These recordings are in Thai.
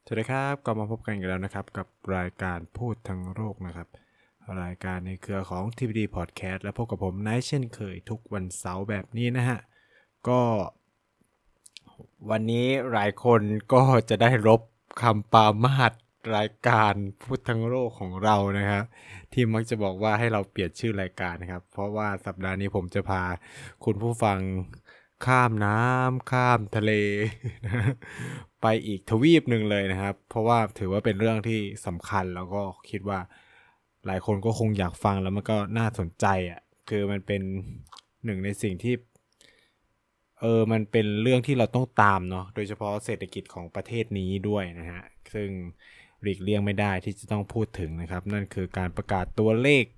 สวัสดีครับกลับมาพบกันอีกแล้วนะครับกับรายการพูดทั้งโลกนะครับรายการในเครือของ TPD Podcast และพบกับผมไนท์เช่นเคยทุกวันเสาร์แบบนี้นะฮะก็วันนี้หลายคนก็จะได้รบคำปรามาสรายการพูดทั้งโลกของเรานะครับที่มักจะบอกว่าให้เราเปลี่ยนชื่อรายการนะครับเพราะว่าสัปดาห์นี้ผมจะพาคุณผู้ฟังข้ามน้ำข้ามทะเล ไปอีกทวีปหนึ่งเลยนะครับเพราะว่าถือว่าเป็นเรื่องที่สำคัญแล้วก็คิดว่าหลายคนก็คงอยากฟังแล้วมันก็น่าสนใจอ่ะคือมันเป็นหนึ่งในสิ่งที่มันเป็นเรื่องที่เราต้องตามเนาะโดยเฉพาะเศรษฐกิจของประเทศนี้ด้วยนะฮะซึ่งหลีกเลี่ยงไม่ได้ที่จะต้องพูดถึงนะครับนั่นคือการประกาศตัวเลข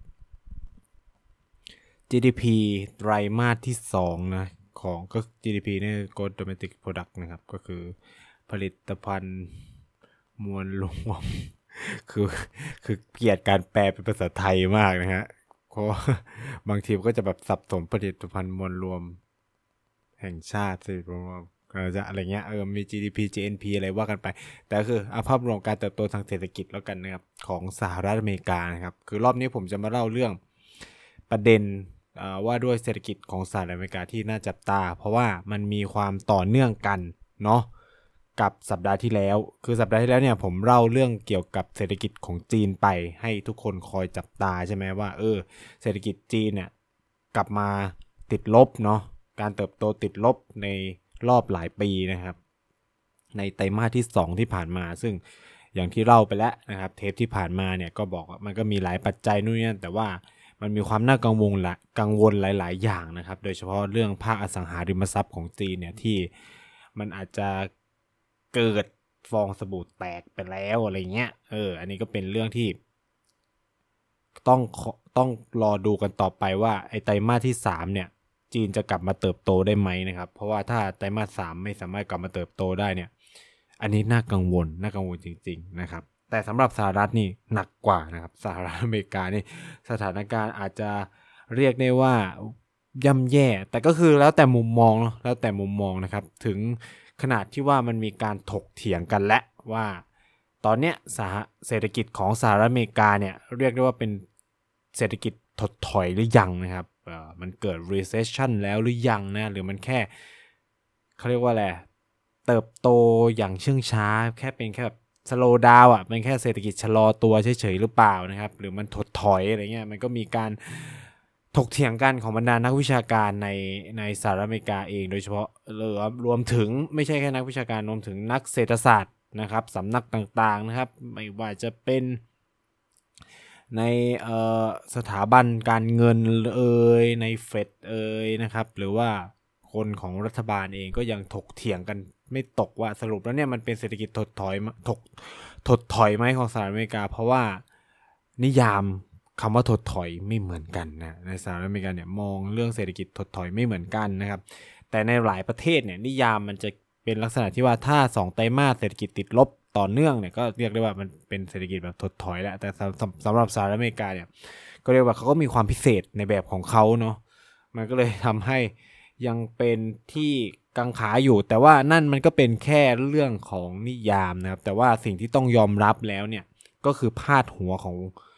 GDP ไตรมาสที่2นะของก็ GDP นี่ Gross Domestic Product นะครับก็คือผลิตภัณฑ์มวลรวมคือคือเกลียดการแปลเป็นภาษาไทยมากนะฮะเพราะบางทีก็จะแบบสับสนผลิตภัณฑ์มวลรวมแห่งชาติสิจะอะไรเงี้ยมี GDP GNP อะไรว่ากันไปแต่คือภาพรวมการเติบโตทางเศรษฐกิจแล้วกันนะครับของสหรัฐอเมริกานะครับคือรอบนี้ผมจะมาเล่าเรื่องประเด็นว่าด้วยเศรษฐกิจของสหรัฐอเมริกาที่น่าจับตาเพราะว่ามันมีความต่อเนื่องกันเนาะกับสัปดาห์ที่แล้วคือสัปดาห์ที่แล้วเนี่ยผมเล่าเรื่องเกี่ยวกับเศรษฐกิจของจีนไปให้ทุกคนคอยจับตาใช่ไหมว่าเศรษฐกิจจีนเนี่ยกลับมาติดลบเนาะการเติบโตติดลบในรอบหลายปีนะครับในไตรมาสที่2ที่ผ่านมาซึ่งอย่างที่เล่าไปแล้วนะครับเทปที่ผ่านมาเนี่ยก็บอกว่ามันก็มีหลายปัจจัยนู่นนี่แต่ว่ามันมีความน่ากังวลหลายๆอย่างนะครับโดยเฉพาะเรื่องภาคอสังหาริมทรัพย์ของจีนเนี่ยที่มันอาจจะเกิดฟองสบู่แตกไปแล้วอะไรเงี้ยอันนี้ก็เป็นเรื่องที่ต้องต้องรอดูกันต่อไปว่าไอ้ไตรมาสที่3เนี่ยจีนจะกลับมาเติบโตได้ไหมนะครับเพราะว่าถ้าไตรมาส3ไม่สามารถกลับมาเติบโตได้เนี่ยอันนี้น่ากังวลจริงๆนะครับแต่สำหรับสหรัฐนี่หนักกว่านะครับสหรัฐอเมริกานี่สถานการณ์อาจจะเรียกได้ว่าย่ำแย่แต่ก็คือแล้วแต่มุมมองเนาะแล้วแต่มุมมองนะครับถึงขนาดที่ว่ามันมีการถกเถียงกันและว่าตอนเนี้ยเศรษฐกิจของสหรัฐอเมริกาเนี่ยเรียกได้ว่าเป็นเศรษฐกิจถดถอยหรือยังนะครับมันเกิด recession แล้วหรือยังนะหรือมันแค่เขาเรียกว่าอะไรเติบโตอย่างเชื่องช้าแค่เป็นแค่แบบสโลว์ดาวน์อ่ะเป็นแค่เศรษฐกิจชะลอตัวเฉยๆหรือเปล่านะครับหรือมันถดถอยอะไรเงี้ยมันก็มีการถกเถียงกันของบรรดานักวิชาการในสหรัฐอเมริกาเองโดยเฉพาะรวมถึงไม่ใช่แค่นักวิชาการรวมถึงนักเศรษฐศาสตร์นะครับสำนักต่างๆนะครับไม่ว่าจะเป็นในสถาบันการเงินในเฟดนะครับหรือว่าคนของรัฐบาลเองก็ยังถกเถียงกันไม่ตกว่าสรุปแล้วเนี่ยมันเป็นเศรษฐกิจถดถอยไหมของสหรัฐอเมริกาเพราะว่านิยามคำว่าถดถอยไม่เหมือนกันนะในสหรัฐอเมริกาเนี่ยมองเรื่องเศรษฐกิจถดถอยไม่เหมือนกันนะครับแต่ในหลายประเทศเนี่ยนิยามมันจะเป็นลักษณะที่ว่าถ้า2ไตรมาสเศรษฐกิจติดลบต่อเนื่องเนี่ยก็เรียกได้ว่ามันเป็นเศรษฐกิจแบบถดถอยแล้วแต่สำหรับสหรัฐอเมริกาเนี่ยก็เรียกว่าเขาก็มีความพิเศษในแบบของเขาเนาะมันก็เลยทำให้ยังเป็นที่กังขาอยู่แต่ว่านั่นมันก็เป็นแค่เรื่องของนิยามนะครับแต่ว่าสิ่งที่ต้องยอมรับแล้วเนี่ยก็คือพาดหัวของ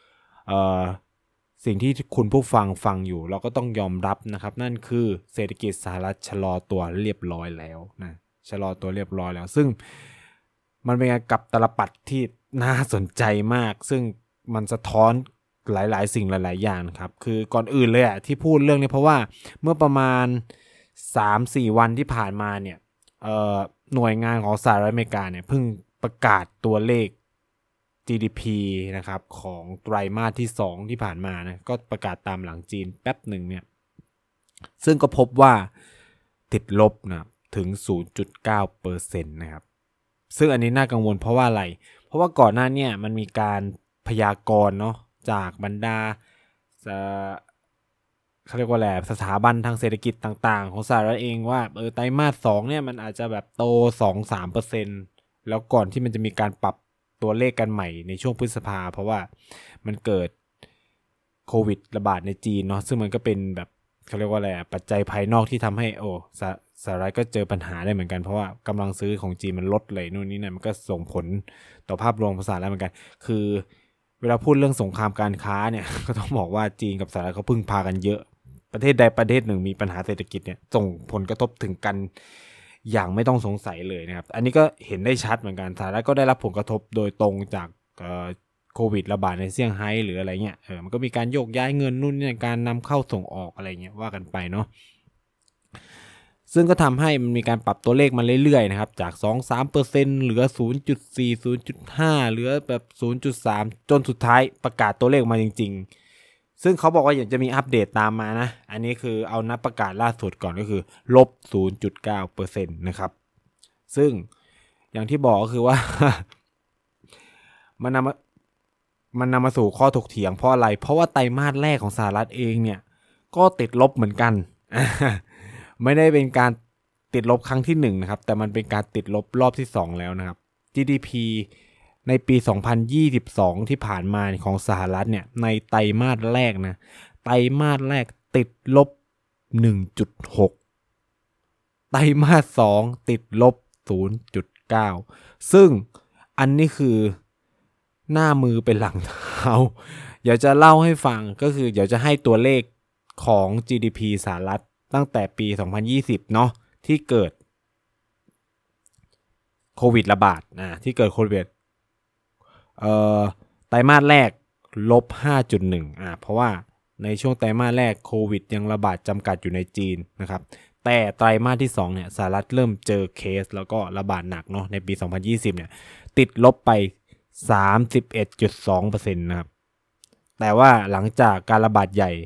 สิ่งที่คุณผู้ฟังอยู่เราก็ต้องยอมรับนะครับนั่นคือเศรษฐกิจสหรัฐชะลอตัวเรียบร้อยแล้วนะชะลอตัวเรียบร้อยแล้วซึ่งมันเป็นการกลับตลปัดที่น่าสนใจมากซึ่งมันสะท้อนหลายๆสิ่งหลายๆอย่างครับคือก่อนอื่นเลยอ่ะที่พูดเรื่องนี้เพราะว่าเมื่อประมาณ 3-4 วันที่ผ่านมาเนี่ยหน่วยงานของสหรัฐอเมริกาเนี่ยเพิ่งประกาศตัวเลข GDP นะครับของไตรมาสที่2ที่ผ่านมานะก็ประกาศตามหลังจีนแป๊บหนึ่งเนี่ยซึ่งก็พบว่าติดลบนะถึง 0.9% นะครับซึ่งอันนี้น่ากังวลเพราะว่าอะไรเพราะว่าก่อนหน้าเนี่ยมันมีการพยากรณ์เนาะจากบรรดาเขาเรียกว่าอะไรสถาบันทางเศรษฐกิจต่างๆของสหรัฐเองว่าไตรมาส2เนี่ยมันอาจจะแบบโต 2-3% แล้วก่อนที่มันจะมีการปรับตัวเลขกันใหม่ในช่วงพฤษภาเพราะว่ามันเกิดโควิดระบาดในจีนเนาะซึ่งมันก็เป็นแบบเขาเรียกว่าอะไรปัจจัยภายนอกที่ทำให้สหรัฐก็เจอปัญหาได้เหมือนกันเพราะว่ากำลังซื้อของจีนมันลดเลยนู่นนี่นั่นมันก็ส่งผลต่อภาพรวมของสหรัฐเหมือนกันคือเวลาพูดเรื่องสงครามการค้าเนี่ย ก็ต้องบอกว่าจีนกับสหรัฐเขาพึ่งพากันเยอะประเทศใดประเทศหนึ่งมีปัญหาเศรษฐกิจเนี่ยส่งผลกระทบถึงกันอย่างไม่ต้องสงสัยเลยนะครับอันนี้ก็เห็นได้ชัดเหมือนกันสหรัฐก็ได้รับผลกระทบโดยตรงจากโควิดระบาดในเซี่ยงไฮ้หรืออะไรเงี้ยมันก็มีการโยกย้ายเงินนู่นนี่การนำเข้าส่งออกอะไรเงี้ยว่ากันไปเนาะซึ่งก็ทำให้มันมีการปรับตัวเลขมาเรื่อยๆนะครับจาก 2-3% เหลือ 0.4 0.5 เหลือแบบ 0.3 จนสุดท้ายประกาศตัวเลขมาจริงๆซึ่งเขาบอกว่าอยากจะมีอัปเดตตามมานะอันนี้คือเอานับประกาศล่าสุดก่อนก็คือลบ 0.9% นะครับซึ่งอย่างที่บอกก็คือว่า มันนำมาสู่ข้อถกเถียงเพราะอะไรเพราะว่าไตรมาสแรกของสหรัฐเองเนี่ยก็ติดลบเหมือนกัน ไม่ได้เป็นการติดลบครั้งที่1นะครับแต่มันเป็นการติดลบรอบที่2แล้วนะครับ GDP ในปี2022ที่ผ่านมาของสหรัฐเนี่ยในไตรมาสแรกนะไตรมาสแรกติดลบ 1.6 ไตรมาส2ติดลบ 0.9 ซึ่งอันนี้คือหน้ามือเป็นหลังเท้าเดี๋ยวจะเล่าให้ฟังก็คือเดี๋ยวจะให้ตัวเลขของ GDP สหรัฐตั้งแต่ปี2020เนาะที่เกิดโควิดระบาดที่เกิดโควิดไตรมาสแรกลบ 5.1 เพราะว่าในช่วงไตรมาสแรกโควิดยังระบาดจำกัดอยู่ในจีนนะครับแต่ไตรมาสที่2เนี่ยสหรัฐเริ่มเจอเคสแล้วก็ระบาดหนักเนาะในปี2020เนี่ยติดลบไป 31.2% นะครับแต่ว่าหลังจากการระบาดใหญ่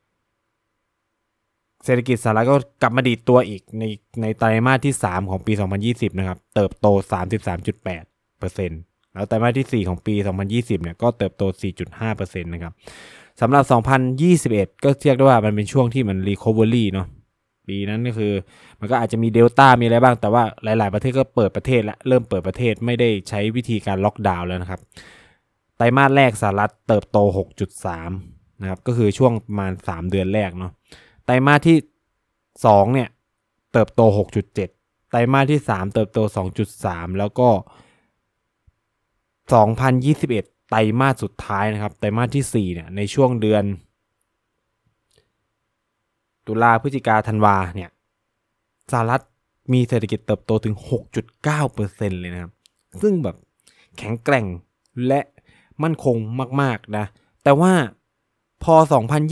เศรษฐกิจสหรัฐก็กลับมาดีดตัวอีกในไตรมาสที่3ของปี2020นะครับเติบโต 33.8% แล้วไตรมาสที่4ของปี2020เนี่ยก็เติบโต 4.5% นะครับสำหรับ2021ก็เรียกได้ว่ามันเป็นช่วงที่มัน recovery เนาะปีนั้นก็คือมันก็อาจจะมีเดลต้ามีอะไรบ้างแต่ว่าหลายๆประเทศก็เปิดประเทศและเริ่มเปิดประเทศไม่ได้ใช้วิธีการล็อกดาวน์แล้วนะครับไตรมาสแรกสหรัฐเติบโต 6.3 นะครับก็คือช่วงประมาณ3เดือนแรกเนาะไตรมาสที่2เนี่ยเติบโต 6.7 ไตรมาสที่3เติบโต 2.3 แล้วก็2021ไตรมาสสุดท้ายนะครับไตรมาสที่4เนี่ยในช่วงเดือนตุลาพฤศจิกาธันวาเนี่ยสหรัฐมีเศรษฐกิจเติบโตถึง 6.9% เลยนะครับซึ่งแบบแข็งแกร่งและมั่นคงมากๆนะแต่ว่าพอ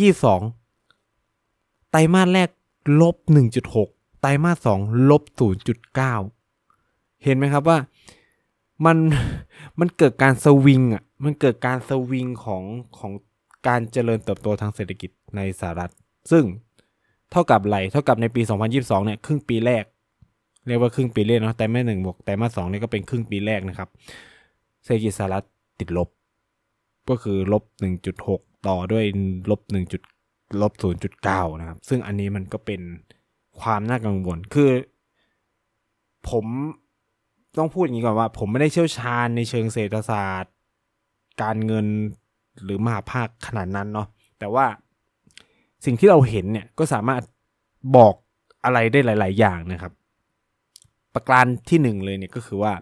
2022ไตรมาสแรกลบ 1.6 ไตรมาส2ลบ 0.9 เห็นไหมครับว่ามันเกิดการสวิงมันเกิดการสวิงของการเจริญเติบโตทางเศรษฐกิจในสหรัฐซึ่งเท่ากับอะไรเท่ากับในปี2022เนี่ยครึ่งปีแรกเรียกว่าครึ่งปีแรกเนาะไตรมาส1บวกไตรมาส2นี่ก็เป็นครึ่งปีแรกนะครับเศรษฐกิจสหรัฐติดลบก็คือลบ 1.6 ต่อด้วยลบ 0.9 นะครับซึ่งอันนี้มันก็เป็นความน่ากังวลคือผมต้องพูดอย่างนี้ก่อนว่าผมไม่ได้เชี่ยวชาญในเชิงเศรษฐศาสตร์การเงินหรือมหาภาคขนาดนั้นเนาะแต่ว่าสิ่งที่เราเห็นเนี่ยก็สามารถบอกอะไรได้หลายๆอย่างนะครับประการที่1เลยเนี่ยก็คือว่า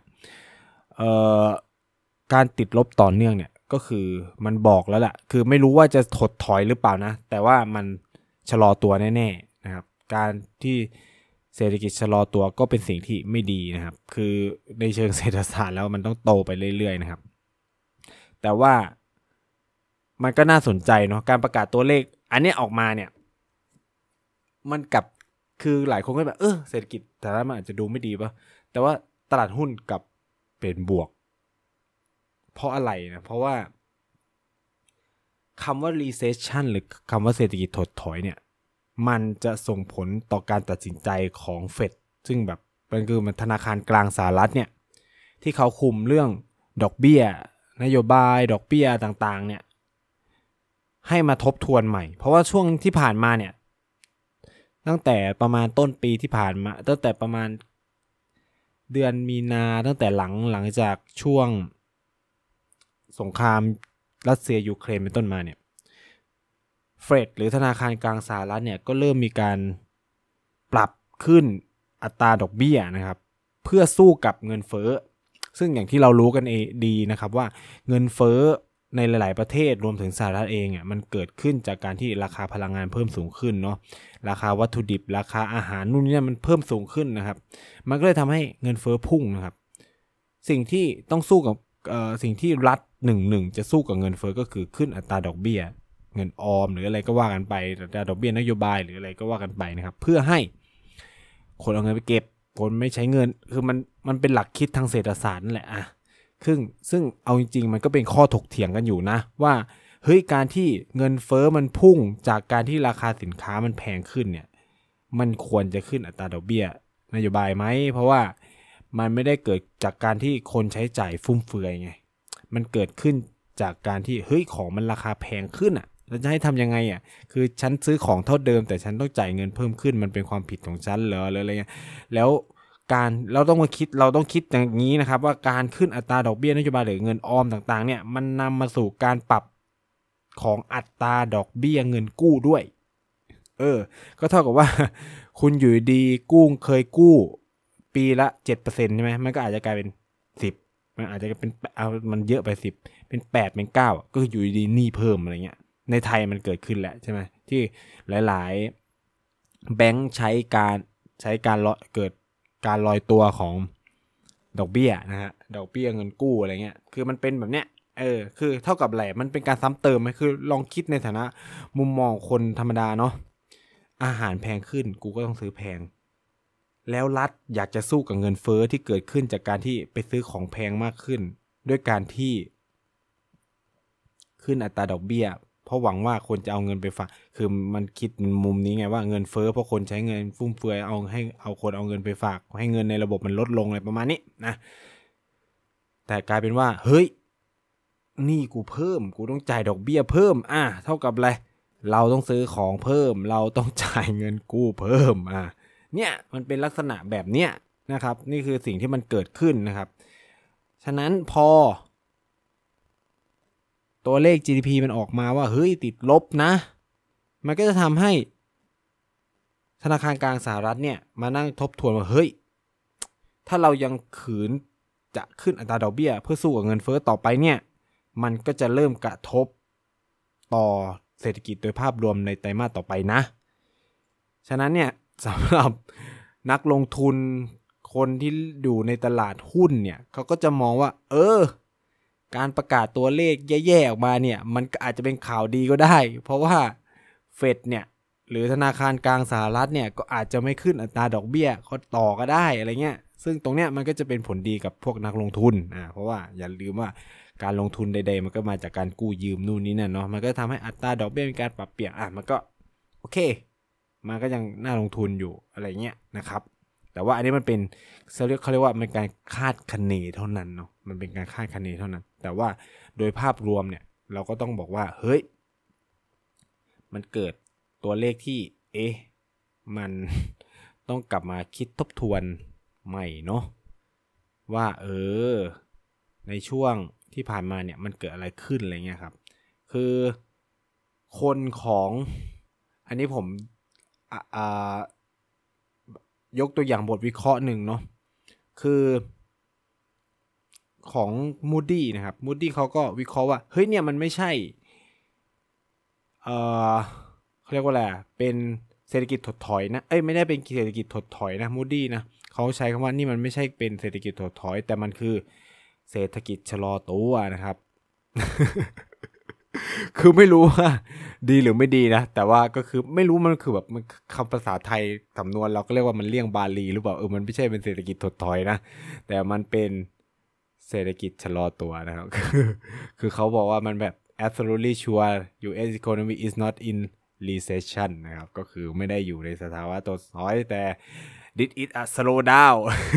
การติดลบต่อเนื่องเนี่ยก็คือมันบอกแล้วแหละคือไม่รู้ว่าจะถดถอยหรือเปล่านะแต่ว่ามันชะลอตัวแน่ๆนะครับการที่เศรษฐกิจชะลอตัวก็เป็นสิ่งที่ไม่ดีนะครับคือในเชิงเศรษฐศาสตร์แล้วมันต้องโตไปเรื่อยๆนะครับแต่ว่ามันก็น่าสนใจเนาะการประกาศตัวเลขอันนี้ออกมาเนี่ยมันกับคือหลายคนก็แบบเศรษฐกิจแต่ละมันอาจจะดูไม่ดีป่ะแต่ว่าตลาดหุ้นกับเป็นบวกเพราะอะไรนะเพราะว่าคำว่า recession หรือคำว่าเศรษฐกิจถดถอยเนี่ยมันจะส่งผลต่อการตัดสินใจของเฟดซึ่งแบบมันคือมันธนาคารกลางสหรัฐเนี่ยที่เขาคุมเรื่องดอกเบี้ยนโยบายดอกเบี้ยต่างๆเนี่ยให้มาทบทวนใหม่เพราะว่าช่วงที่ผ่านมาเนี่ยตั้งแต่ประมาณต้นปีที่ผ่านมาตั้งแต่ประมาณเดือนมีนาตั้งแต่หลังจากช่วงสงครามรัสเซียยูเครนเป็นต้นมาเนี่ยเฟดหรือธนาคารกลางสหรัฐเนี่ยก็เริ่มมีการปรับขึ้นอัตราดอกเบี้ยนะครับเพื่อสู้กับเงินเฟ้อซึ่งอย่างที่เรารู้กันดีนะครับว่าเงินเฟ้อในหลายๆประเทศรวมถึงสหรัฐเองมันเกิดขึ้นจากการที่ราคาพลังงานเพิ่มสูงขึ้นเนาะราคาวัตถุดิบราคาอาหารนู่นนี่มันเพิ่มสูงขึ้นนะครับมันก็เลยทำให้เงินเฟ้อพุ่งนะครับสิ่งที่ต้องสู้กับสิ่งที่รัฐจะสู้กับเงินเฟ้อก็คือขึ้นอัตราดอกเบี้ยเงินออมหรืออะไรก็ว่ากันไปอัตราดอกเบี้ยนโยบายหรืออะไรก็ว่ากันไปนะครับเพื่อให้คนเอาเงินไปเก็บคนไม่ใช้เงินคือมันเป็นหลักคิดทางเศรษฐศาสตร์นั่นแหละซึ่งเอาจริงๆมันก็เป็นข้อถกเถียงกันอยู่นะว่าเฮ้ยการที่เงินเฟ้อมันพุ่งจากการที่ราคาสินค้ามันแพงขึ้นเนี่ยมันควรจะขึ้นอัตราดอกเบี้ยนโยบายไหมเพราะว่ามันไม่ได้เกิดจากการที่คนใช้จ่ายฟุ่มเฟือยไงมันเกิดขึ้นจากการที่เฮ้ยของมันราคาแพงขึ้นเราจะให้ทำยังไงคือฉันซื้อของเท่าเดิมแต่ฉันต้องจ่ายเงินเพิ่มขึ้นมันเป็นความผิดของฉันเหรอหรืออะไรเงี้ยแล้วเราต้องคิดอย่างนี้นะครับว่าการขึ้นอัตราดอกเบี้ยนโยบายหรือเงินออมต่างๆเนี่ยมันนำมาสู่การปรับของอัตราดอกเบี้ยเงินกู้ด้วยก็เท่ากับว่าคุณอยู่ดีเคยกู้ปีละ 7% ใช่ไหมมันก็อาจจะกลายเป็น10มันอาจจะเป็นมันเยอะไป10เป็น8เป็น9ก็คืออยู่ดีหนี้เพิ่มอะไรเงี้ยในไทยมันเกิดขึ้นแหละใช่ไหมที่หลายๆแบงค์ใช้การเกิดการลอยตัวของดอกเบี้ยนะฮะดอกเบี้ยเงินกู้อะไรเงี้ยคือมันเป็นแบบเนี้ยคือเท่ากับอะไรมันเป็นการซ้ำเติมไหมคือลองคิดในฐานะมุมมองคนธรรมดาเนาะอาหารแพงขึ้นกูก็ต้องซื้อแพงแล้วรัฐอยากจะสู้กับเงินเฟ้อที่เกิดขึ้นจากการที่ไปซื้อของแพงมากขึ้นด้วยการที่ขึ้นอัตราดอกเบี้ยเพราะหวังว่าคนจะเอาเงินไปฝากคือมันคิดมุมนี้ไงว่าเงินเฟ้อเพราะคนใช้เงินฟุ่มเฟือยเอาคนเอาเงินไปฝากให้เงินในระบบมันลดลงอะไรประมาณนี้นะแต่กลายเป็นว่าเฮ้ยนี่กูเพิ่มกูต้องจ่ายดอกเบี้ยเพิ่มเท่ากับอะไรเราต้องซื้อของเพิ่มเราต้องจ่ายเงินกู้เพิ่มเนี่ยมันเป็นลักษณะแบบเนี้ยนะครับนี่คือสิ่งที่มันเกิดขึ้นนะครับฉะนั้นพอตัวเลข GDP มันออกมาว่าเฮ้ยติดลบนะมันก็จะทำให้ธนาคารกลางสหรัฐเนี่ยมานั่งทบทวนว่าเฮ้ยถ้าเรายังขืนจะขึ้นอัตราดอกเบี้ยเพื่อสู้กับเงินเฟ้อต่อไปเนี่ยมันก็จะเริ่มกระทบต่อเศรษฐกิจโดยภาพรวมในไตรมาสต่อไปนะฉะนั้นเนี่ยสำหรับนักลงทุนคนที่อยู่ในตลาดหุ้นเนี่ยเขาก็จะมองว่าการประกาศตัวเลขแย่ๆออกมาเนี่ยมันอาจจะเป็นข่าวดีก็ได้เพราะว่าเฟดเนี่ยหรือธนาคารกลางสหรัฐเนี่ยก็อาจจะไม่ขึ้นอัตราดอกเบี้ยเขาต่อก็ได้อะไรเงี้ยซึ่งตรงเนี้ยมันก็จะเป็นผลดีกับพวกนักลงทุนเพราะว่าอย่าลืมว่าการลงทุนใดๆมันก็มาจากการกู้ยืมนู่นนี่นั่นเนาะมันก็ทำให้อัตราดอกเบี้ยมีการปรับเปลี่ยนมันก็โอเคมันก็ยังน่าลงทุนอยู่อะไรเงี้ยนะครับแต่ว่าอันนี้มันเป็นเขาเรียกว่ามันการคาดคะเนเท่านั้นเนาะมันเป็นการคาดคะเนเท่านั้นแต่ว่าโดยภาพรวมเนี่ยเราก็ต้องบอกว่าเฮ้ยมันเกิดตัวเลขที่มันต้องกลับมาคิดทบทวนใหม่เนาะว่าในช่วงที่ผ่านมาเนี่ยมันเกิดอะไรขึ้นอะไรเงี้ยครับคือคนของอันนี้ผมยกตัวอย่างบทวิเคราะห์หนึ่งเนาะคือของ Moody นะครับ Moody เขาก็วิเคราะห์ว่าเฮ้ยเนี่ยมันไม่ใช่เขาเรียกว่าอะไรเป็นเศรษฐกิจถดถอยนะไม่ได้เป็นเศรษฐกิจถดถอยนะ Moody นะเขาใช้คำว่านี่มันไม่ใช่เป็นเศรษฐกิจถดถอยแต่มันคือเศรษฐกิจชะลอตัวนะครับ คือไม่รู้ว่าดีหรือไม่ดีนะแต่ว่าก็คือไม่รู้มันคือแบบมันคำภาษาไทยสำนวนเราก็เรียกว่ามันเลี่ยงบาลีหรือเปล่ามันไม่ใช่เป็นเศรษฐกิจถดถอยนะแต่มันเป็นเศรษฐกิจชะลอตัวนะครับ คือเขาบอกว่ามันแบบ absolutely sure US economy is not in recession นะครับก็คือไม่ได้อยู่ในสภาวะถดถอยแต่ did it a slow down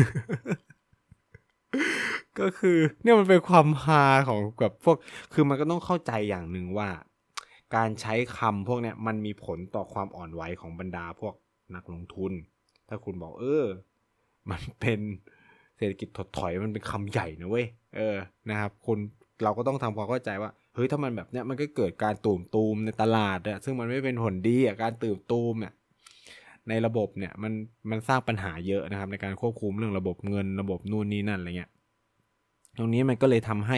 ก็คือเนี่ยมันเป็นความฮาของแบบพวกคือมันก็ต้องเข้าใจอย่างหนึ่งว่าการใช้คำพวกเนี้ยมันมีผลต่อความอ่อนไหวของบรรดาพวกนักลงทุนถ้าคุณบอกมันเป็นเศรษฐกิจถดถอยมันเป็นคำใหญ่นะเว้ยนะครับคุณเราก็ต้องทำความเข้าใจว่าเฮ้ยถ้ามันแบบเนี้ยมันก็เกิดการตื่นตูมในตลาดซึ่งมันไม่เป็นผลดีการตื่นตูมเนี่ยในระบบเนี่ยมันสร้างปัญหาเยอะนะครับในการควบคุมเรื่องระบบเงินระบบนู่นนี่นั่นอะไรเงี้ยตรงนี้มันก็เลยทำให้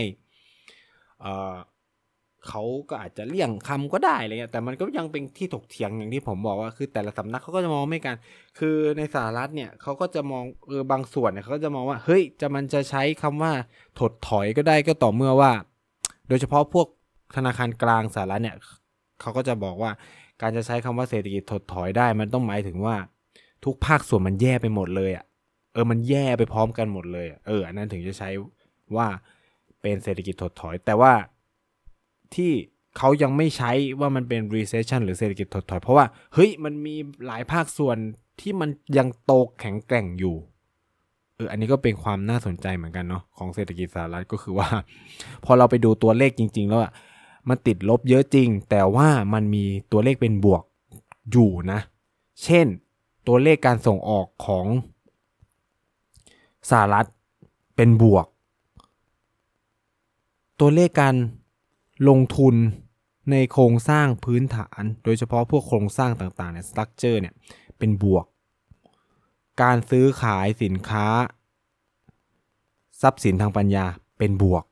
เขาก็อาจจะเลี่ยงคำก็ได้อะไรเงี้ยแต่มันก็ยังเป็นที่ถกเถียงอย่างที่ผมบอกว่าคือแต่ละสำนักเขาก็จะมองไม่กันคือในสหรัฐเนี่ยเขาก็จะมองบางส่วนเนี่ยเขาก็จะมองว่าเฮ้ยมันจะใช้คำว่าถดถอยก็ได้ก็ต่อเมื่อว่าโดยเฉพาะพวกธนาคารกลางสหรัฐเนี่ยเขาก็จะบอกว่าการจะใช้คำว่าเศรษฐกิจถดถอยได้มันต้องหมายถึงว่าทุกภาคส่วนมันแย่ไปหมดเลยอ่ะมันแย่ไปพร้อมกันหมดเลยอันนั้นถึงจะใช้ว่าเป็นเศรษฐกิจถดถอยแต่ว่าที่เขายังไม่ใช้ว่ามันเป็น recession หรือเศรษฐกิจถดถอยเพราะว่าเฮ้ยมันมีหลายภาคส่วนที่มันยังโตแข็งแกร่งอยู่อันนี้ก็เป็นความน่าสนใจเหมือนกันเนาะของเศรษฐกิจสหรัฐก็คือว่าพอเราไปดูตัวเลขจริงๆแล้วมันติดลบเยอะจริงแต่ว่ามันมีตัวเลขเป็นบวกอยู่นะเช่นตัวเลขการส่งออกของสหรัฐเป็นบวกตัวเลขการลงทุนในโครงสร้างพื้นฐานโดยเฉพาะพวกโครงสร้างต่างๆเนี่ย structure เนี่ยเป็นบวกการซื้อขายสินค้าทรัพย์สินทางปัญญาเป็นบวก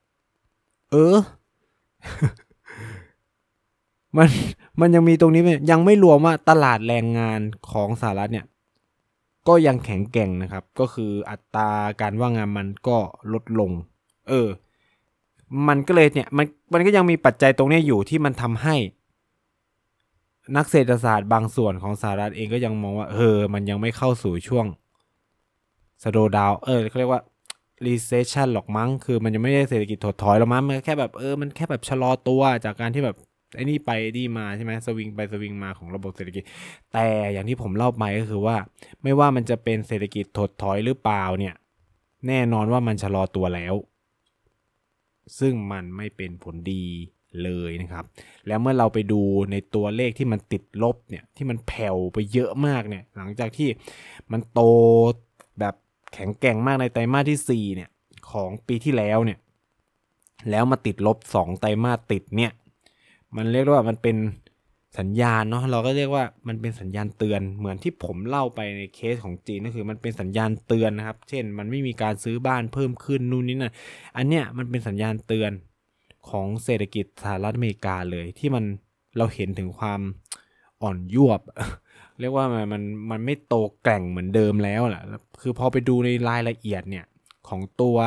มันยังมีตรงนี้ยังไม่รวมว่าตลาดแรงงานของสหรัฐเนี่ยก็ยังแข็งแกร่งนะครับก็คืออัตราการว่างงานมันก็ลดลงมันก็เลยเนี่ยมันก็ยังมีปัจจัยตรงนี้อยู่ที่มันทำให้นักเศรษฐศาสตร์บางส่วนของสหรัฐเองก็ยังมองว่ามันยังไม่เข้าสู่ช่วงslow downเขาเรียกว่า recession หรอกมั้งคือมันยังไม่ได้เศรษฐกิจถดถอยหรอกมั้งมันแค่แบบมันแค่แบบชะลอตัวจากการที่แบบไอ้นี่ไปนี่มาใช่ไหมสวิงไปสวิงมาของระบบเศรษฐกิจแต่อย่างที่ผมเล่าไปก็คือว่าไม่ว่ามันจะเป็นเศรษฐกิจถดถอยหรือเปล่าเนี่ยแน่นอนว่ามันชะลอตัวแล้วซึ่งมันไม่เป็นผลดีเลยนะครับแล้วเมื่อเราไปดูในตัวเลขที่มันติดลบเนี่ยที่มันแผ่วไปเยอะมากเนี่ยหลังจากที่มันโตแบบแข็งแกร่งมากในไตรมาสที่4เนี่ยของปีที่แล้วเนี่ยแล้วมาติดลบ2ไตรมาสติดเนี่ยมันเรียกว่ามันเป็นสัญญาณเนาะเราก็เรียกว่ามันเป็นสัญญาณเตือนเหมือนที่ผมเล่าไปในเคสของจีนก็คือมันเป็นสัญญาณเตือนนะครับเช่นมันไม่มีการซื้อบ้านเพิ่มขึ้นนู่นนี่นั่นอันเนี้ยมันเป็นสัญญาณเตือนของเศรษฐกิจสหรัฐอเมริกาเลยที่เราเห็นถึงความอ่อนยวบเรียกว่ามันไม่โตแกร่งเหมือนเดิมแล้วแหละคือพอไปดูในรายละเอียดเนี่ยของตัว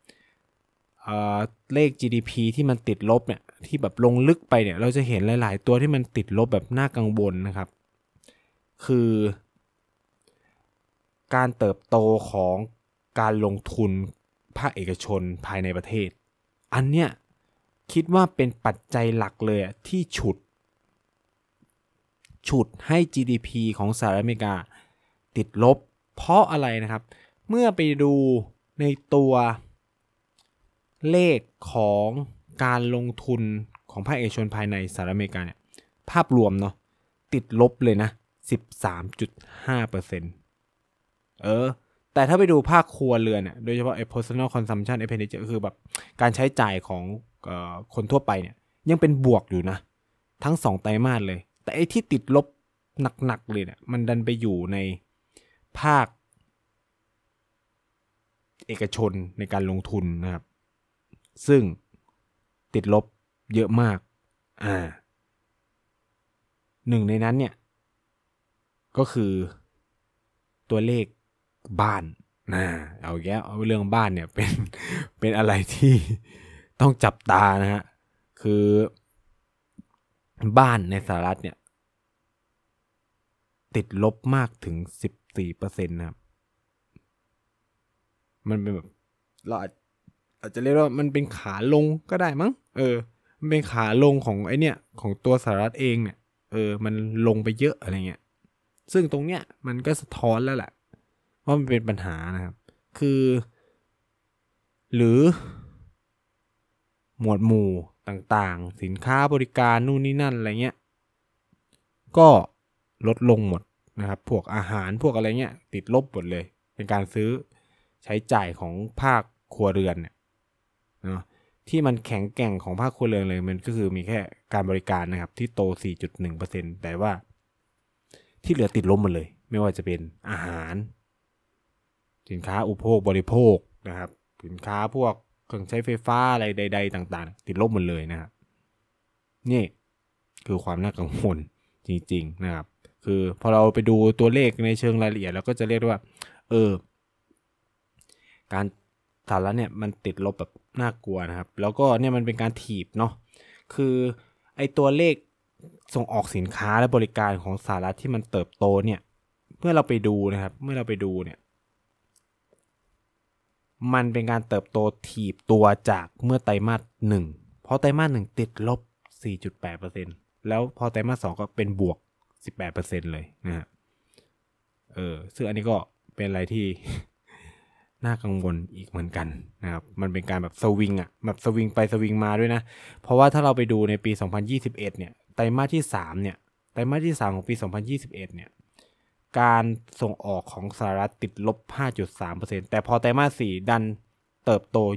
เลข GDP ที่มันติดลบเนี่ยที่แบบลงลึกไปเนี่ยเราจะเห็นหลายๆตัวที่มันติดลบแบบน่ากังวลนะครับคือการเติบโตของการลงทุนภาคเอกชนภายในประเทศอันเนี้ยคิดว่าเป็นปัจจัยหลักเลยที่ฉุดให้ GDP ของสหรัฐอเมริกาติดลบเพราะอะไรนะครับเมื่อไปดูในตัวเลขของการลงทุนของภาคเอกชนภายในสหรัฐอเมริกาเนี่ยภาพรวมเนาะติดลบเลยนะ 13.5% แต่ถ้าไปดูภาคครัวเรือนเนี่ยโดยเฉพาะpersonal consumption expenditure ก็คือแบบการใช้จ่ายของคนทั่วไปเนี่ยยังเป็นบวกอยู่นะทั้ง2ไตรมาสเลยแต่ไอ้ที่ติดลบหนักๆเลยเนี่ยมันดันไปอยู่ในภาคเอกชนในการลงทุนนะครับซึ่งติดลบเยอะมากหนึ่งในนั้นเนี่ยก็คือตัวเลขบ้านเอาแก้วเรื่องบ้านเนี่ยเป็นอะไรที่ต้องจับตานะฮะคือบ้านในสหรัฐเนี่ยติดลบมากถึง 14% นะครับมันเป็นแบบเราอาจจะเรียกว่ามันเป็นขาลงก็ได้มั้งมันเป็นขาลงของไอเนี่ยของตัวสหรัฐเองเนี่ยมันลงไปเยอะอะไรเงี้ยซึ่งตรงเนี้ยมันก็สะท้อนแล้วแหละว่ามันเป็นปัญหานะครับคือหรือหมวดหมู่ต่างๆสินค้าบริการนู่นนี่นั่นอะไรเงี้ยก็ลดลงหมดนะครับพวกอาหารพวกอะไรเงี้ยติดลบหมดเลยเป็นการซื้อใช้จ่ายของภาคครัวเรือนเนี่ยเนาะที่มันแข็งแกร่งของภาคครัวเรือนเลยมันก็คือมีแค่การบริการนะครับที่โต 4.1% แต่ว่าที่เหลือติดลบหมดเลยไม่ว่าจะเป็นอาหารสินค้าอุปโภคบริโภคนะครับสินค้าพวกเครื่องใช้ไฟฟ้าอะไรใดๆต่างๆติดลบหมดเลยนะครับนี่คือความน่ากังวลจริงๆนะครับคือพอเราไปดูตัวเลขในเชิงรายละเอียดเราก็จะเรียกว่าการสหรัฐเนี่ยมันติดลบแบบน่ากลัวนะครับแล้วก็เนี่ยมันเป็นการถีบเนาะคือไอตัวเลขส่งออกสินค้าและบริการของสหรัฐที่มันเติบโตเนี่ยเมื่อเราไปดูเนี่ยมันเป็นการเติบโตถีบตัวจากเมื่อไตรมาส1เพราะไตรมาส1ติดลบ 4.8% แล้วพอไตรมาส2ก็เป็นบวก 18% เลยนะฮะซึ่งอันนี้ก็เป็นอะไรที่ น่ากังวลอีกเหมือนกันนะครับมันเป็นการแบบสวิงแบบสวิงไปสวิงมาด้วยนะเพราะว่าถ้าเราไปดูในปี2021เนี่ยไตรมาสที่3เนี่ยไตรมาสที่3ของปี2021เนี่ยการส่งออกของสหรัฐติดลบ 5.3% แต่พอไตรมาส4ดันเติบโต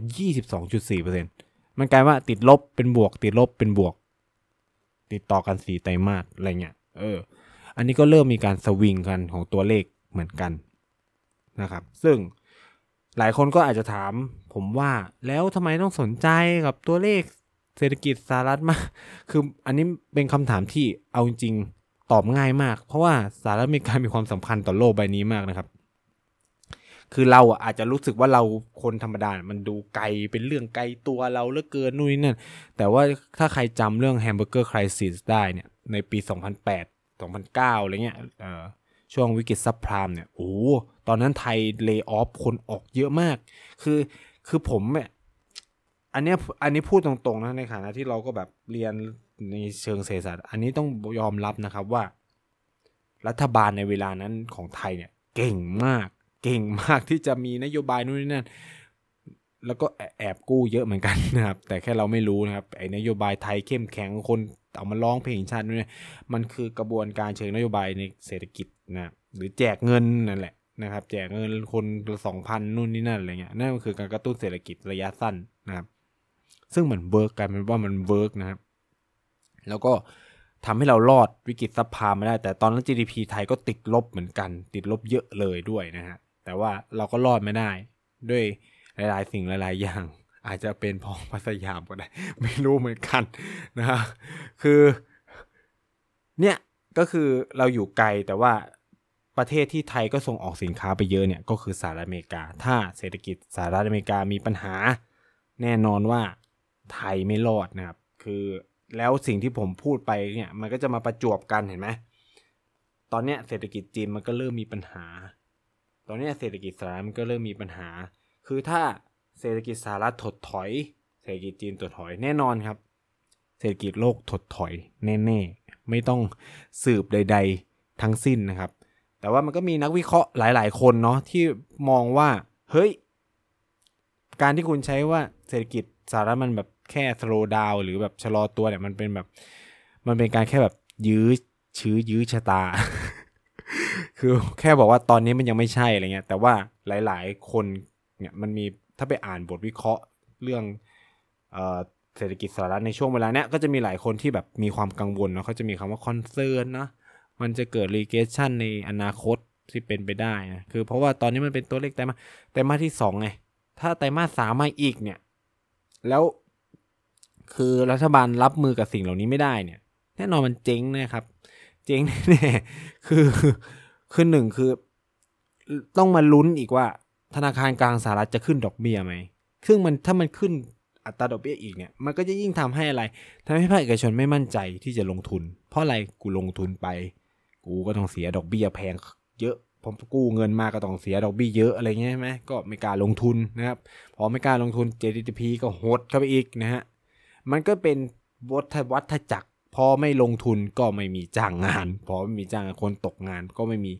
22.4% มันกลายว่าติดลบเป็นบวกติดลบเป็นบวกติดต่อกัน4ไตรมาสอะไรเงี้ยอันนี้ก็เริ่มมีการสวิงกันของตัวเลขเหมือนกันนะครับซึ่งหลายคนก็อาจจะถามผมว่าแล้วทำไมต้องสนใจกับตัวเลขเศรษฐกิจสหรัฐมากคืออันนี้เป็นคำถามที่เอาจริงตอบง่ายมากเพราะว่าสหรัฐอเมริกามีความสำคัญต่อโลกใบนี้มากนะครับคือเราอาจจะรู้สึกว่าเราคนธรรมดามันดูไกลเป็นเรื่องไกลตัวเราเหลือเกินนู่นนี่นั่นแต่ว่าถ้าใครจำเรื่องแฮมเบอร์เกอร์ไครซิสได้เนี่ยในปี2008 2009อะไรเงี้ยช่วงวิกฤตซับไพรม์เนี่ยตอนนั้นไทยเลย์ออฟคนออกเยอะมากคือผมเนี่ยอันนี้พูดตรงๆนะในฐานะที่เราก็แบบเรียนในเชิงเศรษฐศาสตร์อันนี้ต้องยอมรับนะครับว่ารัฐบาลในเวลานั้นของไทยเนี่ยเก่งมากที่จะมีนโยบายนู่นนี่นั่นแล้วก็แอบกู้เยอะเหมือนกันนะครับแต่แค่เราไม่รู้นะครับไอ้นโยบายไทยเข้มแข็งคนเอามาร้องเพลงชาตินู่นนี่มันคือกระบวนการเชิงนโยบายในเศรษฐกิจนะหรือแจกเงินนั่นแหละนะครับแจกเงินคนละ 2,000 นู่นนี่นั่นอะไรเงี้ยนั่นก็คือการกระตุ้นเศรษฐกิจระยะสั้นนะครับซึ่งมันเวิร์กกันเป็นว่ามันเวิร์กนะครับแล้วก็ทำให้เรารอดวิกฤตซับไพรม์มาได้แต่ตอนนั้น GDP ไทยก็ติดลบเหมือนกันติดลบเยอะเลยด้วยนะฮะแต่ว่าเราก็รอดไม่ได้ด้วยหลายๆสิ่งหลายๆอย่างอาจจะเป็นเพราะพระสยามก็ได้ไม่รู้เหมือนกันนะฮะคือเนี่ยก็คือเราอยู่ไกลแต่ว่าประเทศที่ไทยก็ส่งออกสินค้าไปเยอะเนี่ยก็คือสหรัฐอเมริกาถ้าเศรษฐกิจสหรัฐอเมริกามีปัญหาแน่นอนว่าไทยไม่รอดนะครับคือแล้วสิ่งที่ผมพูดไปเนี่ยมันก็จะมาประจวบกันเห็นไหมตอนเนี้ยเศรษฐกิจจีนมันก็เริ่มมีปัญหาตอนนี้เศรษฐกิจสหรัฐมันก็เริ่มมีปัญหาคือถ้าเศรษฐกิจสหรัฐถดถอยเศรษฐกิจจีนถดถอยแน่นอนครับเศรษฐกิจโลกถดถอยแน่ๆไม่ต้องสืบใดๆทั้งสิ้นนะครับแต่ว่ามันก็มีนักวิเคราะห์หลายๆคนเนาะที่มองว่าเฮ้ยการที่คุณใช้ว่าเศรษฐกิจสหรัฐมันแบบแค่ slow down หรือแบบชะลอตัวเนี่ยมันเป็นการแค่แบบยื้อชะตา คือแค่บอกว่าตอนนี้มันยังไม่ใช่อะไรเงี้ยแต่ว่าหลายๆคนเนี่ยมันมีถ้าไปอ่านบทวิเคราะห์เรื่องเศรษฐกิจสหรัฐในช่วงเวลาเนี้ยก็จะมีหลายคนที่แบบมีความกังวลเนาะเขาจะมีคำว่าคอนเซิร์นนะมันจะเกิด recession ในอนาคตที่เป็นไปได้นะคือเพราะว่าตอนนี้มันเป็นตัวเลขไตรมาสที่2ไงถ้าไตรมาส3มาอีกเนี่ยแล้วคือรัฐบาลรับมือกับสิ่งเหล่านี้ไม่ได้เนี่ยแน่นอนมันเจ๊งนะครับเจ๊งแน่ๆคือหนึ่งคือต้องมาลุ้นอีกว่าธนาคารกลางสหรัฐจะขึ้นดอกเบี้ยไหมซึ่งมันถ้ามันขึ้นอัตราดอกเบี้ยอีกเนี่ยมันก็จะยิ่งทำให้อะไรทำให้ภาคเอกชนไม่มั่นใจที่จะลงทุนเพราะอะไรกูลงทุนไปกูก็ต้องเสียดอกเบี้ยแพงเยอะผมกู้เงินมาก็ต้องเสียดอกเบี้ยเยอะอะไรเงี้ยใช่ไหมก็ไม่กล้าลงทุนนะครับพอไม่กล้าลงทุน GDP ก็หดเข้าไปอีกนะฮะมันก็เป็นวัฏจักรพอไม่ลงทุนก็ไม่มีจ้างงานพอไม่มีจ้างคนตกงานก็ไม่มี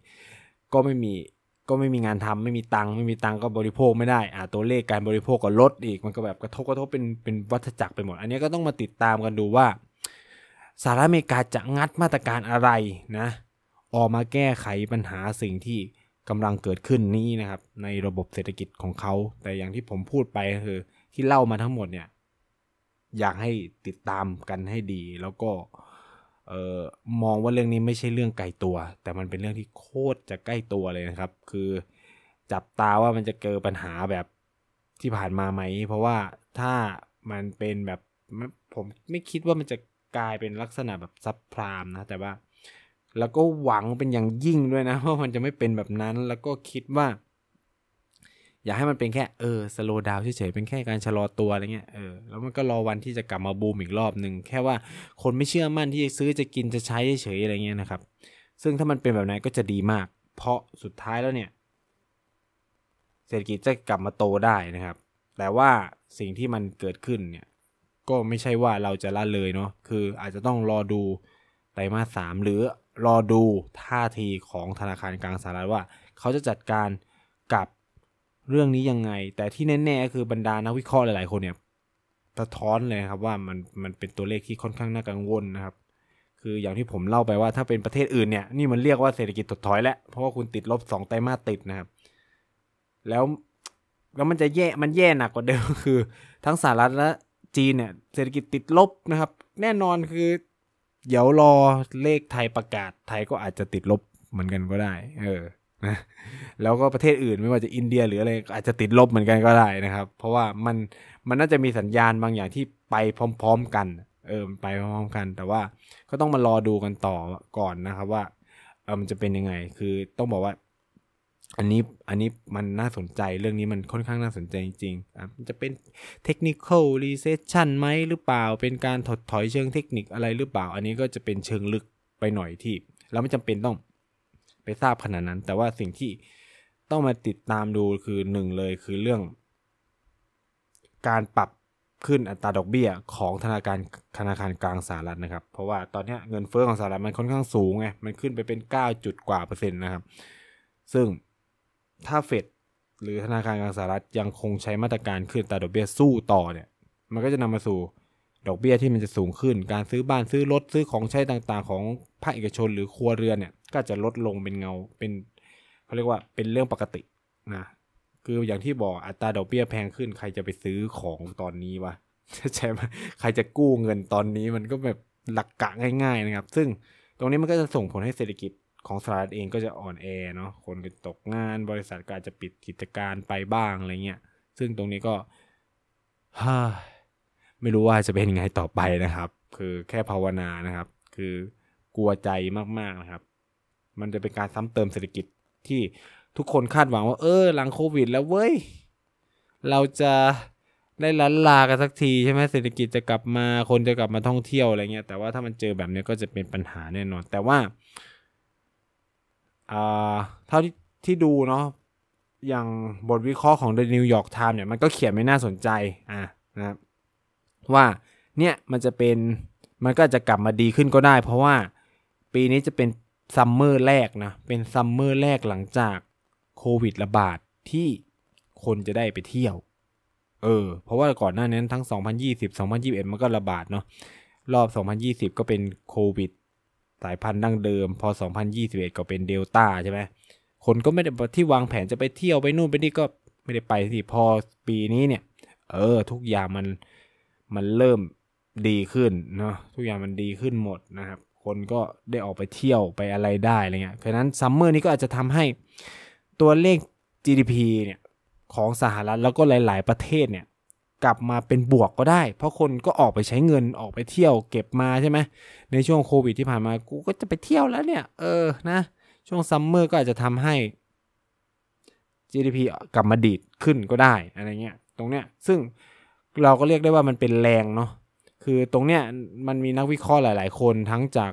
งานทำไม่มีตังค์ก็บริโภคไม่ได้ตัวเลขการบริโภคก็ลดอีกมันก็แบบกระทบเป็นวัฏจักรไปหมดอันนี้ก็ต้องมาติดตามกันดูว่าสหรัฐอเมริกาจะงัดมาตรการอะไรนะออกมาแก้ไขปัญหาสิ่งที่กำลังเกิดขึ้นนี้นะครับในระบบเศรษฐกิจของเขาแต่อย่างที่ผมพูดไปก็คือที่เล่ามาทั้งหมดเนี่ยอยากให้ติดตามกันให้ดีแล้วก็มองว่าเรื่องนี้ไม่ใช่เรื่องไกลตัวแต่มันเป็นเรื่องที่โคตรจะใกล้ตัวเลยนะครับคือจับตาว่ามันจะเกิดปัญหาแบบที่ผ่านมาไหมเพราะว่าถ้ามันเป็นแบบผมไม่คิดว่ามันจะกลายเป็นลักษณะแบบซับไพรามนะแต่ว่าแล้วก็หวังเป็นอย่างยิ่งด้วยนะว่ามันจะไม่เป็นแบบนั้นแล้วก็คิดว่าอยากให้มันเป็นแค่สโลว์ดาวน์เฉยๆเป็นแค่การชะลอตัวอะไรเงี้ยแล้วมันก็รอวันที่จะกลับมาบูมอีกรอบนึงแค่ว่าคนไม่เชื่อมั่นที่จะซื้อจะกินจะใช้เฉยๆอะไรเงี้ยนะครับซึ่งถ้ามันเป็นแบบนั้นก็จะดีมากเพราะสุดท้ายแล้วเนี่ยเศรษฐกิจจะกลับมาโตได้นะครับแต่ว่าสิ่งที่มันเกิดขึ้นเนี่ยก็ไม่ใช่ว่าเราจะละเลยเนาะคืออาจจะต้องรอดูไตรมาส 3หรือรอดูท่าทีของธนาคารกลางสหรัฐว่าเขาจะจัดการกับเรื่องนี้ยังไงแต่ที่แน่ๆคือบรรดานักวิเคราะห์หลายๆคนเนี่ยสะท้อนเลยครับว่ามันเป็นตัวเลขที่ค่อนข้างน่ากังวลนะครับคืออย่างที่ผมเล่าไปว่าถ้าเป็นประเทศอื่นเนี่ยนี่มันเรียกว่าเศรษฐกิจถดถอยแล้วเพราะว่าคุณติดลบ2ไตรมาสติดนะครับแล้วมันจะแย่หนักกว่าเดิมคือทั้งสหรัฐและจีนเนี่ยเศรษฐกิจติดลบนะครับแน่นอนคือเดี๋ยวรอเลขไทยประกาศไทยก็อาจจะติดลบเหมือนกันก็ได้นะแล้วก็ประเทศอื่นไม่ว่าจะอินเดียหรืออะไรอาจจะติดลบเหมือนกันก็ได้นะครับเพราะว่ามันน่าจะมีสัญญาณบางอย่างที่ไปพร้อมๆกันไปพร้อมๆกันแต่ว่าก็ต้องมารอดูกันต่อก่อนนะครับว่ามันจะเป็นยังไงคือต้องบอกว่าอันนี้มันน่าสนใจเรื่องนี้มันค่อนข้างน่าสนใจจริงๆมันจะเป็น technical recession ไหมหรือเปล่าเป็นการถดถอยเชิงเทคนิคอะไรหรือเปล่าอันนี้ก็จะเป็นเชิงลึกไปหน่อยที่เราไม่จำเป็นต้องไปทราบขนาดนั้นแต่ว่าสิ่งที่ต้องมาติดตามดูคือ1เลยคือเรื่องการปรับขึ้นอัตราดอกเบี้ยของธนาคารกลางสหรัฐนะครับเพราะว่าตอนนี้เงินเฟ้อของสหรัฐมันค่อนข้างสูงไงมันขึ้นไปเป็น9จุดกว่าเปอร์เซ็นต์นะครับซึ่งถ้าเฟดหรือธนาคารกลางสหรัฐยังคงใช้มาตรการขึ้นอัตราดอกเบี้ยสู้ต่อเนี่ยมันก็จะนำมาสู่ดอกเบี้ยที่มันจะสูงขึ้นการซื้อบ้านซื้อรถซื้อของใช้ต่างๆของภาคเอกชนหรือครัวเรือนเนี่ยก็จะลดลงเป็นเขาเรียกว่าเป็นเรื่องปกตินะคืออย่างที่บอกอัตราดอกเบี้ยแพงขึ้นใครจะไปซื้อของตอนนี้วะใช่ไหมใครจะกู้เงินตอนนี้มันก็แบบหลักกะง่ายๆนะครับซึ่งตรงนี้มันก็จะส่งผลให้เศรษฐกิจของสหรัฐเองก็จะอ่อนแอเนาะคนก็ตกงานบริษัทก็อาจจะปิดกิจการไปบ้างอะไรเงี้ยซึ่งตรงนี้ก็ไม่รู้ว่าจะเป็นยังไงต่อไปนะครับคือแค่ภาวนานะครับคือกลัวใจมากๆนะครับมันจะเป็นการซ้ำเติมเศรษฐกิจที่ทุกคนคาดหวังว่าหลังโควิดแล้วเว้ยเราจะได้ล้านลากันสักทีใช่ไหมเศรษฐกิจจะกลับมาคนจะกลับมาท่องเที่ยวอะไรเงี้ยแต่ว่าถ้ามันเจอแบบนี้ก็จะเป็นปัญหาแน่นอนแต่ว่าเท่าที่ดูเนาะอย่างบทวิเคราะห์ของ The New York Times เนี่ยมันก็เขียนไม่น่าสนใจนะครับว่าเนี่ยมันก็จะกลับมาดีขึ้นก็ได้เพราะว่าปีนี้จะเป็นซัมเมอร์แรกนะเป็นซัมเมอร์แรกหลังจากโควิดระบาดที่คนจะได้ไปเที่ยวเพราะว่าก่อนหน้านั้นทั้ง2020 2021มันก็ระบาดเนาะรอบ2020ก็เป็นโควิดสายพันธุ์ดั้งเดิมพอ2021ก็เป็นเดลต้าใช่ไหมคนก็ไม่ได้ที่วางแผนจะไปเที่ยวไปนู่นไปนี่ก็ไม่ได้ไปสิพอปีนี้เนี่ยทุกอย่างมันเริ่มดีขึ้นเนาะทุกอย่างมันดีขึ้นหมดนะครับคนก็ได้ออกไปเที่ยวไปอะไรได้อะไรเงี้ยฉะนั้นซัมเมอร์นี้ก็อาจจะทำให้ตัวเลข GDP เนี่ยของสหรัฐแล้วก็หลายๆประเทศเนี่ยกลับมาเป็นบวกก็ได้เพราะคนก็ออกไปใช้เงินออกไปเที่ยวเก็บมาใช่ไหมในช่วงโควิดที่ผ่านมากูก็จะไปเที่ยวแล้วเนี่ยนะช่วงซัมเมอร์ก็อาจจะทำให้ GDP กลับมาดีดขึ้นก็ได้อะไรเงี้ยตรงเนี้ยซึ่งเราก็เรียกได้ว่ามันเป็นแรงเนาะคือตรงเนี้ยมันมีนักวิเคราะห์หลายๆคนทั้งจาก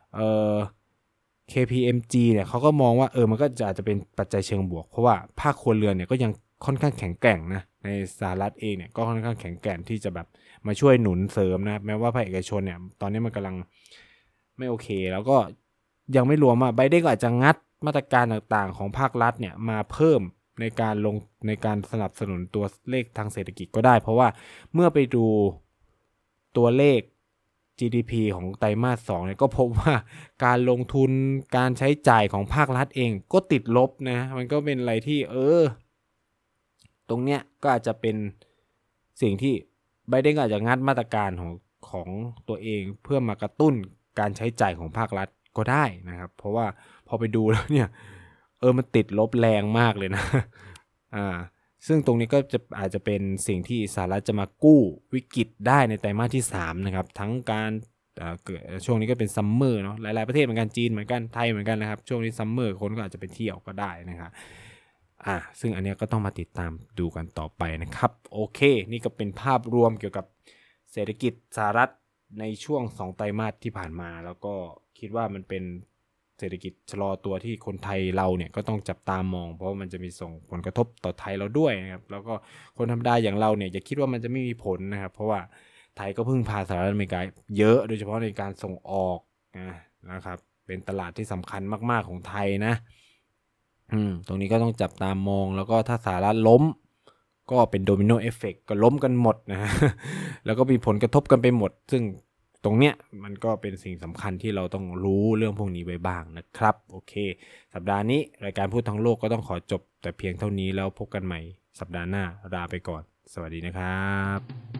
KPMG เนี่ยเขาก็มองว่ามันก็อาจจะเป็นปัจจัยเชิงบวกเพราะว่าภาคครัวเรือนเนี่ยก็ยังค่อนข้างแข็งแกร่งนะในสหรัฐเองเนี่ยก็ค่อนข้างแข็งแกร่งที่จะแบบมาช่วยหนุนเสริมนะแม้ว่าภาคเอกชนเนี่ยตอนนี้มันกำลังไม่โอเคแล้วก็ยังไม่รวมว่าไบเดนก็อาจจะงัดมาตรการต่างๆของภาครัฐเนี่ยมาเพิ่มในการสนับสนุนตัวเลขทางเศรษฐกิจก็ได้เพราะว่าเมื่อไปดูตัวเลข GDP ของไตรมาส 2เนี่ยก็พบว่าการลงทุนการใช้จ่ายของภาครัฐเองก็ติดลบนะมันก็เป็นอะไรที่ตรงเนี้ยก็อาจจะเป็นสิ่งที่ไบเดนอาจจะงัดมาตรการของตัวเองเพื่อมากระตุ้นการใช้จ่ายของภาครัฐก็ได้นะครับเพราะว่าพอไปดูแล้วเนี่ยมันติดลบแรงมากเลยนะ ซึ่งตรงนี้ก็อาจจะเป็นสิ่งที่สหรัฐจะมากู้วิกฤตได้ในไตรมาสที่3นะครับทั้งการเกิดช่วงนี้ก็เป็นซัมเมอร์เนาะหลายๆประเทศเหมือนกันจีนเหมือนกันไทยเหมือนกันนะครับช่วงนี้ซัมเมอร์คนก็อาจจะไปเที่ยวก็ได้นะครับซึ่งอันนี้ก็ต้องมาติดตามดูกันต่อไปนะครับโอเคนี่ก็เป็นภาพรวมเกี่ยวกับเศรษฐกิจสหรัฐในช่วง2ไตรมาสที่ผ่านมาแล้วก็คิดว่ามันเป็นเศรษฐกิจชะลอตัวที่คนไทยเราเนี่ยก็ต้องจับตามองเพราะมันจะมีส่งผลกระทบต่อไทยเราด้วยนะครับแล้วก็คนธรรมดาอย่างเราเนี่ยอย่าคิดว่ามันจะไม่มีผลนะครับเพราะว่าไทยก็พึ่งพาสหรัฐอเมริกาเยอะโดยเฉพาะในการส่งออกนะครับเป็นตลาดที่สำคัญมากๆของไทยนะตรงนี้ก็ต้องจับตามองแล้วก็ถ้าสหรัฐล้มก็เป็นโดมิโนเอฟเฟกต์ก็ล้มกันหมดนะแล้วก็มีผลกระทบกันไปหมดซึ่งตรงเนี้ยมันก็เป็นสิ่งสำคัญที่เราต้องรู้เรื่องพวกนี้ไว้บ้างนะครับโอเคสัปดาห์นี้รายการพูดทั้งโลกก็ต้องขอจบแต่เพียงเท่านี้แล้วพบกันใหม่สัปดาห์หน้าลาไปก่อนสวัสดีนะครับ